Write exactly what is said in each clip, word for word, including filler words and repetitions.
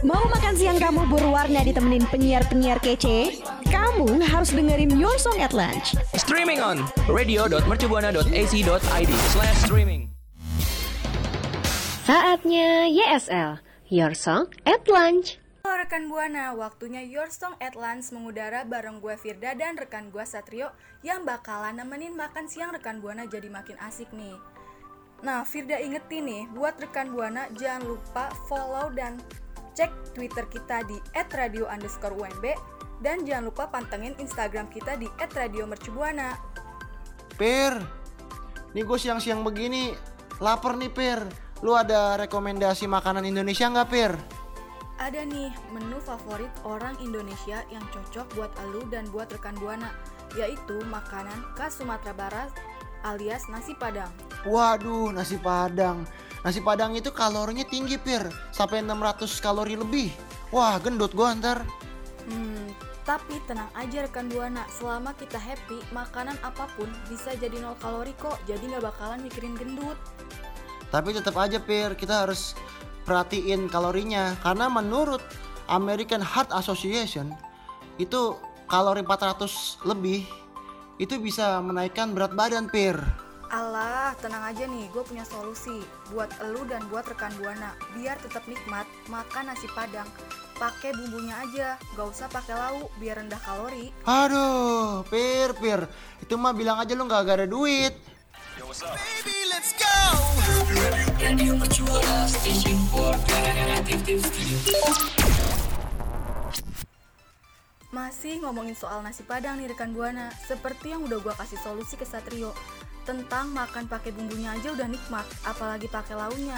Mau makan siang kamu berwarna ditemenin penyiar-penyiar kece? Kamu harus dengerin Your Song at Lunch. Streaming on radio dot mercubuana dot a c dot i d slash streaming. Saatnya Y S L, Your Song at Lunch. Halo rekan Buana, waktunya Your Song at Lunch mengudara bareng gue Firda dan rekan gue Satrio yang bakalan nemenin makan siang rekan Buana jadi makin asik nih. Nah, Firda ingetin nih, buat rekan Buana jangan lupa follow dan cek Twitter kita di et radio underscore u m b dan jangan lupa pantengin Instagram kita di et radio mercubuana. Pir, nih gue siang-siang begini lapar nih Pir. Lu ada rekomendasi makanan Indonesia nggak Pir? Ada nih menu favorit orang Indonesia yang cocok buat elu dan buat rekan Buana, yaitu makanan khas Sumatera Barat alias nasi padang. Waduh, nasi padang. Nasi padang itu kalorinya tinggi Pir, sampai enam ratus kalori lebih. Wah, gendut gua ntar. Hmm, tapi tenang aja rekan Buana, selama kita happy, makanan apapun bisa jadi nol kalori kok, jadi gak bakalan mikirin gendut. Tapi tetap aja Pir, kita harus perhatiin kalorinya, karena menurut American Heart Association itu kalori empat ratus lebih itu bisa menaikkan berat badan Pir. Alah, tenang aja nih, gue punya solusi buat elu dan buat rekan Buana biar tetap nikmat makan nasi padang. Pakai bumbunya aja, gak usah pakai lauk biar rendah kalori. Aduh, Pir, Pir, itu mah bilang aja lu gak ada duit. Yo, what's up? Baby, let's go. Masih ngomongin soal nasi padang nih rekan Buana, seperti yang udah gue kasih solusi ke Satrio tentang makan pakai bumbunya aja udah nikmat, apalagi pakai lauknya.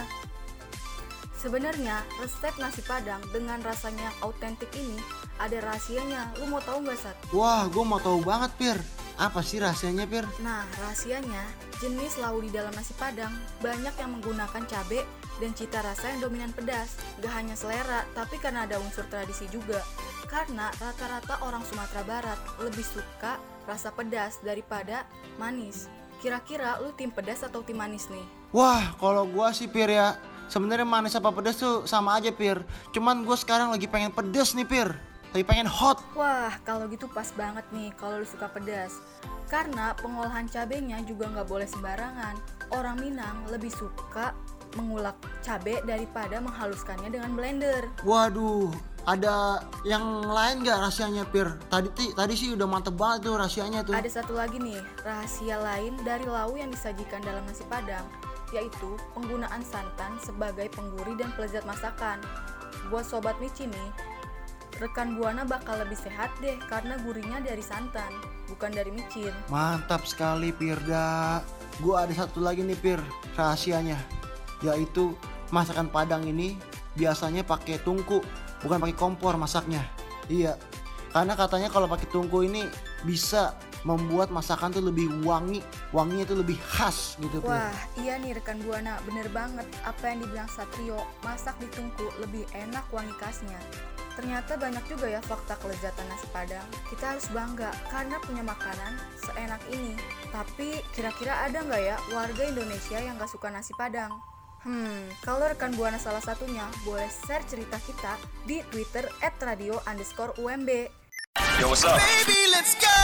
Sebenarnya resep nasi padang dengan rasanya yang autentik ini ada rahasianya. Lu mau tahu nggak Sat? Wah, gue mau tahu banget Pir. Apa sih rahasianya Pir? Nah, rahasianya jenis lauk di dalam nasi padang banyak yang menggunakan cabai dan cita rasa yang dominan pedas. Gak hanya selera, tapi karena ada unsur tradisi juga. Karena rata-rata orang Sumatera Barat lebih suka rasa pedas daripada manis. Kira-kira lu tim pedas atau tim manis nih? Wah, kalau gua sih Pir ya, sebenarnya manis apa pedas tuh sama aja Pir. Cuman gua sekarang lagi pengen pedas nih Pir. Lagi pengen hot. Wah, kalau gitu pas banget nih kalau lu suka pedas. Karena pengolahan cabenya juga nggak boleh sembarangan. Orang Minang lebih suka mengulek cabai daripada menghaluskannya dengan blender. Waduh, ada yang lain gak rahasianya Pir? Tadi tadi sih udah mantep banget tuh rahasianya tuh. Ada satu lagi nih, rahasia lain dari lauk yang disajikan dalam nasi padang, yaitu penggunaan santan sebagai penggurih dan pelezat masakan. Buat sobat micin nih, rekan Buana bakal lebih sehat deh karena gurihnya dari santan, bukan dari micin. Mantap sekali Pirda. Gua ada satu lagi nih Pir, rahasianya, yaitu masakan Padang ini biasanya pakai tungku, bukan pakai kompor masaknya. Iya, karena katanya kalau pakai tungku ini bisa membuat masakan tuh lebih wangi, wanginya tuh lebih khas gitu. Wah, iya nih rekan Buana, bener banget apa yang dibilang Satrio, masak di tungku lebih enak wangi khasnya. Ternyata banyak juga ya fakta kelezatan nasi padang. Kita harus bangga karena punya makanan seenak ini. Tapi kira-kira ada nggak ya warga Indonesia yang nggak suka nasi padang? Hmm, kalau rekan Buana salah satunya, boleh share cerita kita di Twitter et radio underscore u m b. Yo, what's up? Baby, let's go.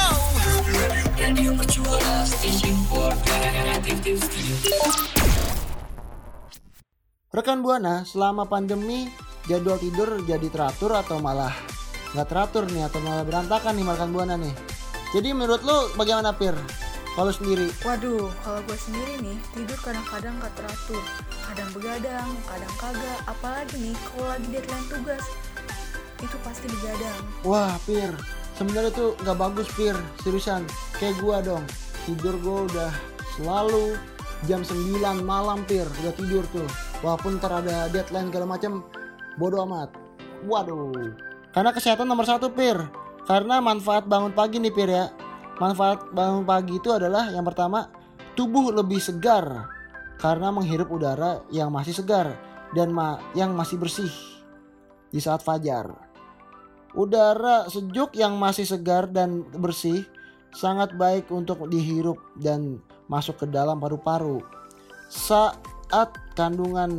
Rekan Buana, selama pandemi jadwal tidur jadi teratur atau malah nggak teratur nih, atau malah berantakan nih rekan Buana nih. Jadi menurut lo bagaimana Pir? Kalau sendiri? Waduh, kalau gue sendiri nih tidur kadang-kadang gak teratur, kadang begadang, kadang kagak. Apalagi nih kalau lagi deadline tugas, itu pasti begadang. Wah Pir, sebenarnya tuh nggak bagus Pir, seriusan. Kayak gue dong, tidur gue udah selalu jam sembilan malam Pir, udah tidur tuh. Walaupun ntar ada deadline segala macam, bodo amat. Waduh, karena kesehatan nomor satu Pir. Karena manfaat bangun pagi nih Pir ya. Manfaat bangun pagi itu adalah yang pertama, tubuh lebih segar karena menghirup udara yang masih segar dan ma- yang masih bersih di saat fajar. Udara sejuk yang masih segar dan bersih sangat baik untuk dihirup dan masuk ke dalam paru-paru. Saat kandungan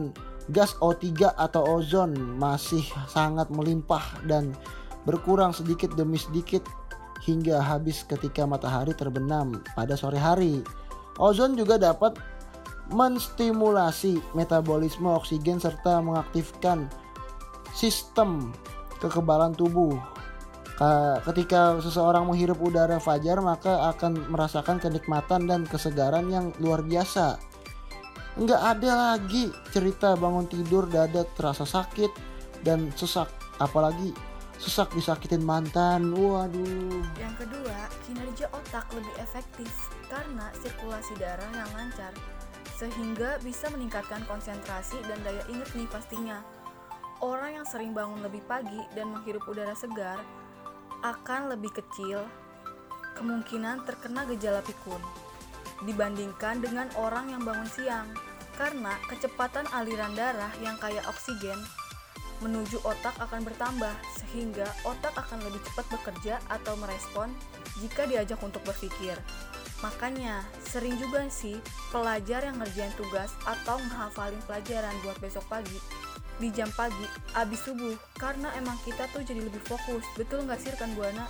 gas O tiga atau ozon masih sangat melimpah dan berkurang sedikit demi sedikit hingga habis ketika matahari terbenam pada sore hari. Ozon juga dapat menstimulasi metabolisme oksigen serta mengaktifkan sistem kekebalan tubuh. Ketika seseorang menghirup udara fajar, maka akan merasakan kenikmatan dan kesegaran yang luar biasa. Enggak ada lagi cerita bangun tidur dada terasa sakit dan sesak, apalagi sesak disakitin mantan. Waduh. Yang kedua, kinerja otak lebih efektif karena sirkulasi darah yang lancar, sehingga bisa meningkatkan konsentrasi dan daya ingat nih pastinya. Orang yang sering bangun lebih pagi dan menghirup udara segar akan lebih kecil kemungkinan terkena gejala pikun dibandingkan dengan orang yang bangun siang, karena kecepatan aliran darah yang kaya oksigen menuju otak akan bertambah, sehingga otak akan lebih cepat bekerja atau merespon jika diajak untuk berpikir. Makanya sering juga sih pelajar yang ngerjain tugas atau menghafalin pelajaran buat besok pagi di jam pagi abis subuh, karena emang kita tuh jadi lebih fokus. Betul nggak sih rekan Buana?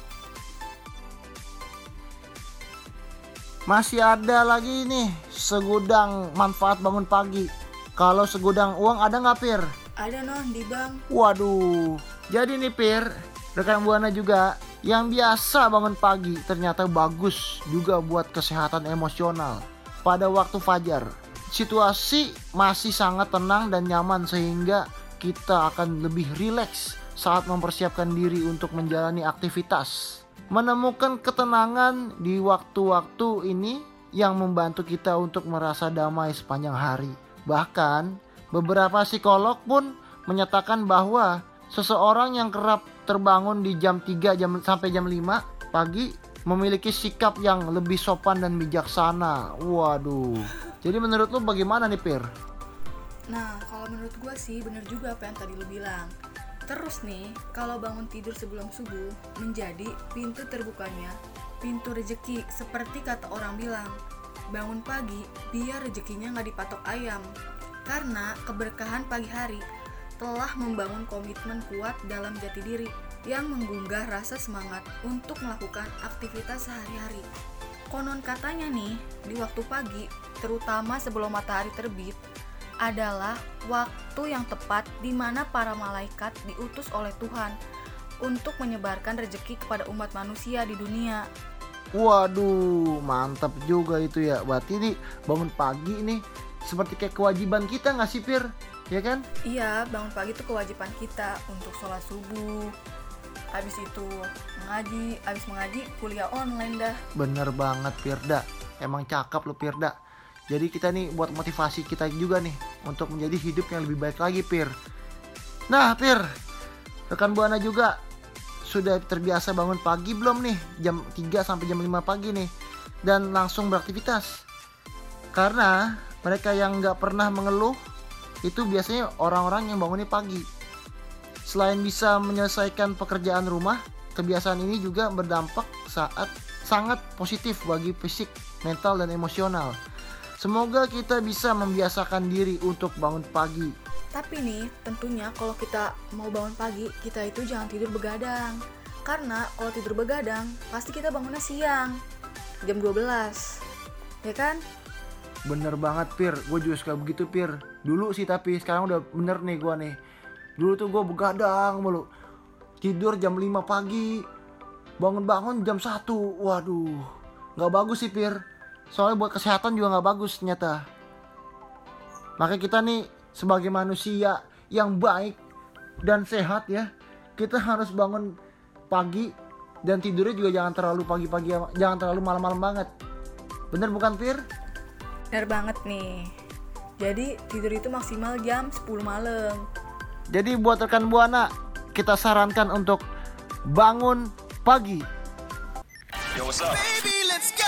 Masih ada lagi nih segudang manfaat bangun pagi. Kalau segudang uang ada nggak, Pir? Ada non di bank. Waduh. Jadi nih Pir, rekan Buana juga yang biasa bangun pagi ternyata bagus juga buat kesehatan emosional. Pada waktu fajar, situasi masih sangat tenang dan nyaman sehingga kita akan lebih rileks saat mempersiapkan diri untuk menjalani aktivitas. Menemukan ketenangan di waktu-waktu ini yang membantu kita untuk merasa damai sepanjang hari. Bahkan beberapa psikolog pun menyatakan bahwa seseorang yang kerap terbangun di jam tiga jam sampai jam lima pagi memiliki sikap yang lebih sopan dan bijaksana. Waduh. Jadi menurut lu bagaimana nih, Pir? Nah, kalau menurut gue sih bener juga apa yang tadi lu bilang. Terus nih, kalau bangun tidur sebelum subuh menjadi pintu terbukanya pintu rejeki, seperti kata orang bilang, bangun pagi biar rezekinya gak dipatok ayam. Karena keberkahan pagi hari telah membangun komitmen kuat dalam jati diri yang menggugah rasa semangat untuk melakukan aktivitas sehari-hari. Konon katanya nih, di waktu pagi, terutama sebelum matahari terbit, adalah waktu yang tepat di mana para malaikat diutus oleh Tuhan untuk menyebarkan rezeki kepada umat manusia di dunia. Waduh, mantap juga itu ya. Berarti nih bangun pagi nih seperti kayak kewajiban kita nggak sih, Pir? Ya kan? Iya, bangun pagi itu kewajiban kita untuk sholat subuh. Habis itu mengaji, habis mengaji kuliah online dah. Bener banget, Pirda. Emang cakep lo, Pirda. Jadi kita nih buat motivasi kita juga nih untuk menjadi hidup yang lebih baik lagi, Pir. Nah, Pir, rekan Buana juga sudah terbiasa bangun pagi belum nih? Jam tiga sampai jam lima pagi nih. Dan langsung beraktivitas. Karena mereka yang gak pernah mengeluh itu biasanya orang-orang yang bangunnya pagi. Selain bisa menyelesaikan pekerjaan rumah, kebiasaan ini juga berdampak saat sangat positif bagi fisik, mental, dan emosional. Semoga kita bisa membiasakan diri untuk bangun pagi. Tapi nih, tentunya kalau kita mau bangun pagi, kita itu jangan tidur begadang. Karena kalau tidur begadang, pasti kita bangunnya siang, jam dua belas. Ya kan? Bener banget, Pir. Gue juga suka begitu, Pir. Dulu sih, tapi sekarang udah bener nih gue nih. Dulu tuh gue begadang mulu. Tidur jam lima pagi, bangun-bangun jam satu. Waduh, gak bagus sih, Pir. Soalnya buat kesehatan juga gak bagus ternyata. Makanya kita nih sebagai manusia yang baik dan sehat ya, kita harus bangun pagi dan tidurnya juga jangan terlalu pagi-pagi, jangan terlalu malam-malam banget. Bener bukan, Pir? Bener banget nih. Jadi tidur itu maksimal jam sepuluh malam. Jadi buat rekan Buana, kita sarankan untuk bangun pagi. Yo, what's up? Baby, let's go.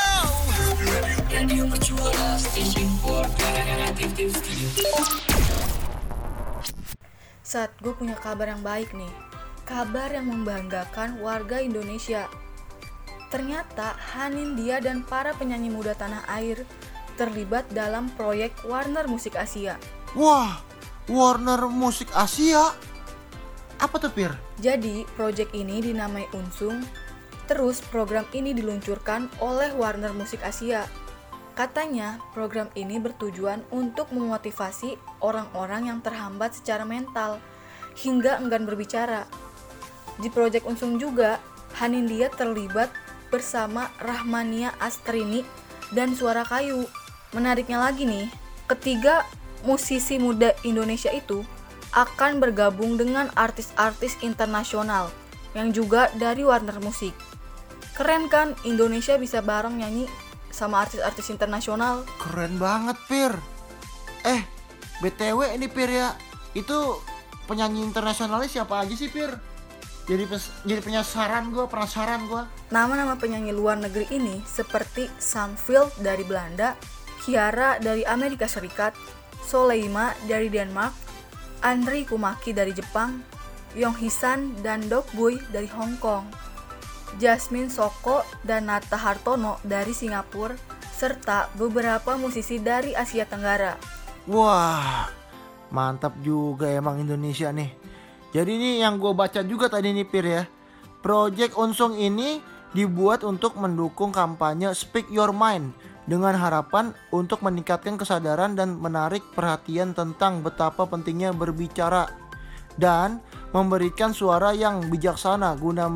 Saat gue punya kabar yang baik nih. Kabar yang membanggakan warga Indonesia. Ternyata Hanindia dan para penyanyi muda tanah air terlibat dalam proyek Warner Musik Asia. Wah, Warner Musik Asia? Apa tuh Pir? Jadi, proyek ini dinamai Unsung. Terus, program ini diluncurkan oleh Warner Musik Asia. Katanya, program ini bertujuan untuk memotivasi orang-orang yang terhambat secara mental hingga enggan berbicara. Di proyek Unsung juga, Hanindya terlibat bersama Rahmania Astrini dan Suara Kayu. Menariknya lagi nih, ketiga musisi muda Indonesia itu akan bergabung dengan artis-artis internasional yang juga dari Warner Musik. Keren kan, Indonesia bisa bareng nyanyi sama artis-artis internasional. Keren banget Pir. Eh, B T W ini Pir ya, itu penyanyi internasionalnya siapa aja sih Pir? Jadi pes- jadi penasaran gue, penasaran gue. Nama-nama penyanyi luar negeri ini seperti Sam Field dari Belanda, Kiara dari Amerika Serikat, Soleima dari Denmark, Andri Kumaki dari Jepang, Yong Hisan dan Dok Boy dari Hong Kong, Jasmine Soko dan Nata Hartono dari Singapura, serta beberapa musisi dari Asia Tenggara. Wah, mantap juga emang Indonesia nih. Jadi ini yang gue baca juga tadi nih Pir ya. Project Unsung ini dibuat untuk mendukung kampanye Speak Your Mind dengan harapan untuk meningkatkan kesadaran dan menarik perhatian tentang betapa pentingnya berbicara dan memberikan suara yang bijaksana guna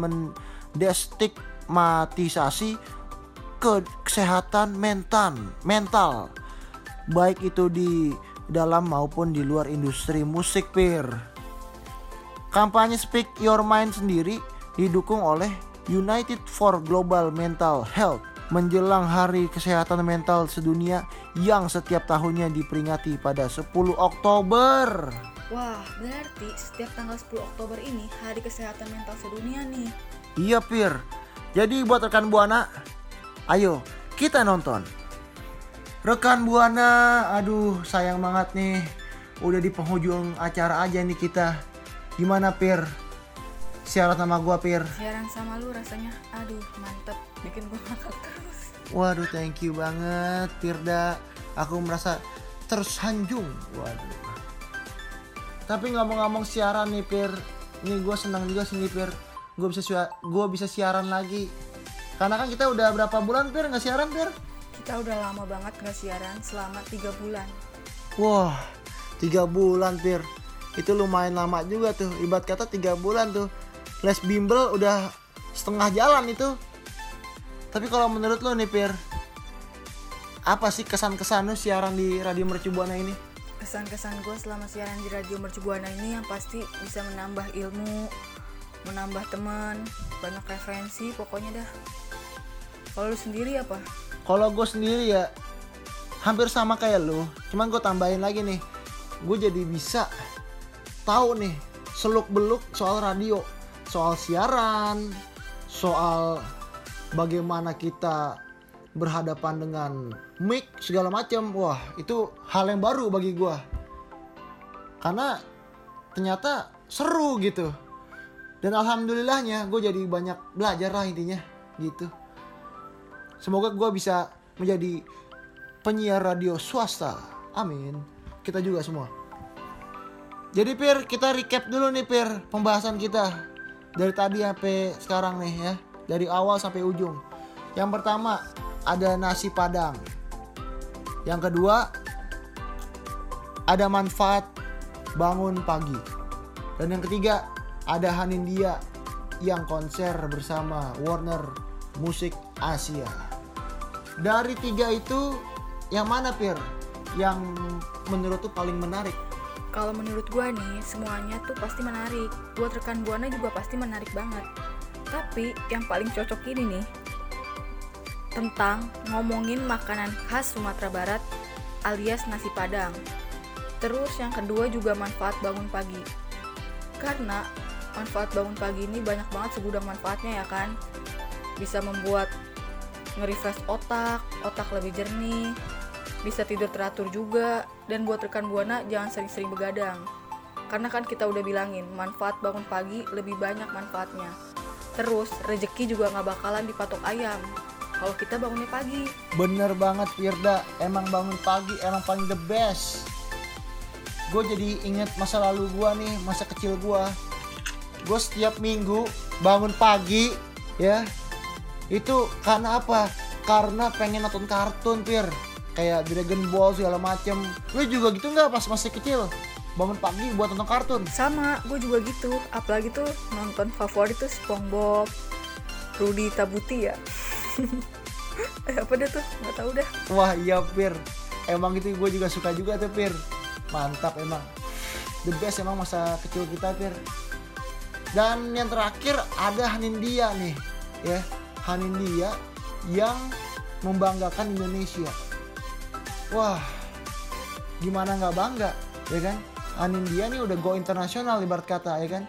mendestigmatisasi kesehatan mental, mental baik itu di dalam maupun di luar industri musik Pir. Kampanye Speak Your Mind sendiri didukung oleh United for Global Mental Health menjelang Hari Kesehatan Mental Sedunia yang setiap tahunnya diperingati pada sepuluh Oktober. Wah, berarti setiap tanggal sepuluh Oktober ini Hari Kesehatan Mental Sedunia nih. Iya Pir. Jadi buat rekan Buana, ayo kita nonton. Rekan Buana, aduh sayang banget nih, udah di penghujung acara aja nih kita. Gimana Pir? Siaran sama gua Pir. Siaran sama lu rasanya, aduh mantep, bikin gua ngakak terus. Waduh, thank you banget Pirda. Aku merasa tersanjung. Waduh. Tapi ngomong-ngomong siaran nih Pir, nih gue senang juga sih nih Pir. Gue bisa gue bisa siaran lagi. Karena kan kita udah berapa bulan Pir nggak siaran Pir? Kita udah lama banget nggak siaran, selama tiga bulan. Wah, tiga bulan Pir. Itu lumayan lama juga tuh. Ibarat kata tiga bulan tuh. Les bimbel udah setengah jalan itu. Tapi kalau menurut lo nih Pir, apa sih kesan-kesan lo siaran di Radio Mercu Buana ini? Kesan-kesan gue selama siaran di Radio Mercu Buana ini yang pasti bisa menambah ilmu, menambah teman, banyak referensi, pokoknya dah. Kalau lu sendiri apa? Kalau gue sendiri ya hampir sama kayak lo, cuman gue tambahin lagi nih, gue jadi bisa tahu nih seluk-beluk soal radio, soal siaran, soal bagaimana kita berhadapan dengan mic segala macam. Wah, itu hal yang baru bagi gue. Karena ternyata seru gitu. Dan alhamdulillahnya gue jadi banyak belajar lah intinya gitu. Semoga gue bisa menjadi penyiar radio swasta. Amin. Kita juga semua. Jadi Pir, kita recap dulu nih Pir pembahasan kita dari tadi sampai sekarang nih ya, dari awal sampai ujung. Yang pertama ada nasi Padang. Yang kedua ada manfaat bangun pagi. Dan yang ketiga ada Hanindya yang konser bersama Warner Musik Asia. Dari tiga itu yang mana Pir yang menurut tuh paling menarik? Kalau menurut gue nih, semuanya tuh pasti menarik. Buat rekan Buana juga pasti menarik banget. Tapi yang paling cocok ini nih, tentang ngomongin makanan khas Sumatera Barat alias nasi Padang. Terus yang kedua juga manfaat bangun pagi. Karena manfaat bangun pagi ini banyak banget segudang manfaatnya ya kan. Bisa membuat nge-refresh otak, otak lebih jernih, bisa tidur teratur juga. Dan buat rekan Buana jangan sering-sering begadang. Karena kan kita udah bilangin manfaat bangun pagi lebih banyak manfaatnya. Terus rezeki juga gak bakalan dipatok ayam kalau kita bangunnya pagi. Bener banget Firda, emang bangun pagi emang paling the best. gue jadi inget masa lalu gue nih, masa kecil gue. Gue setiap minggu bangun pagi ya, itu karena apa? Karena pengen nonton kartun, Pir. Kayak Dragon Ball segala macem. Lu juga gitu nggak pas masih kecil? Bangun pagi buat nonton kartun? Sama, gue juga gitu. Apalagi tuh nonton favorit tuh SpongeBob, Rudy Tabuti ya. eh, apa dah tuh? Nggak tahu dah. Wah iya, Pir. Emang gitu gue juga suka juga tuh, Pir. Mantap emang. The best emang masa kecil kita, Pir. Dan yang terakhir ada Hanindia nih, ya. Hanindia yang membanggakan Indonesia. Wah, gimana nggak bangga, ya kan? Hanindia nih udah go internasional ibarat kata, ya kan?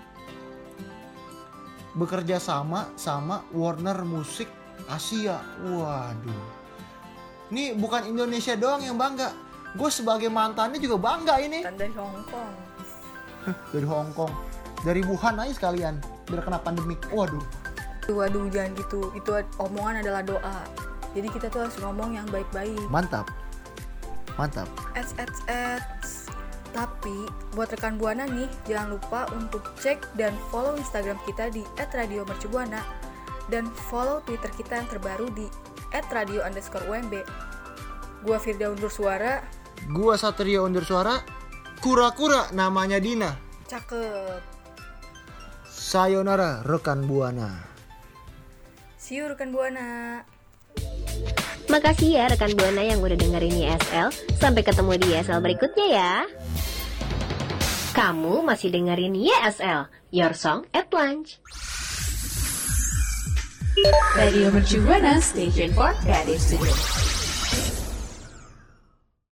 Bekerja sama sama Warner Music Asia. Waduh. Ini bukan Indonesia doang yang bangga. Gue sebagai mantannya juga bangga ini. Kan dari Hong Kong. Dari Hong Kong. Dari Wuhan aja sekalian. Biar kena pandemik. Waduh. Waduh, jangan gitu. Itu omongan adalah doa. Jadi kita tuh harus ngomong yang baik-baik. Mantap. Mantap. Ets, ets, ets. Tapi buat rekan Buana nih, jangan lupa untuk cek dan follow Instagram kita di et radio mercubuana dan follow Twitter kita yang terbaru di et radio underscore U M B. Gua Firda undur suara. Gua Satrio undur suara. Kura-kura namanya Dina. Cakep. Sayonara rekan Buana. See you rekan Buana. Makasih ya rekan Buana yang udah dengerin Y S L. Sampai ketemu di Y S L berikutnya ya. Kamu masih dengerin Y S L, Your Song at Lunch. Radio Mercu Buana, Station for Creative Studio.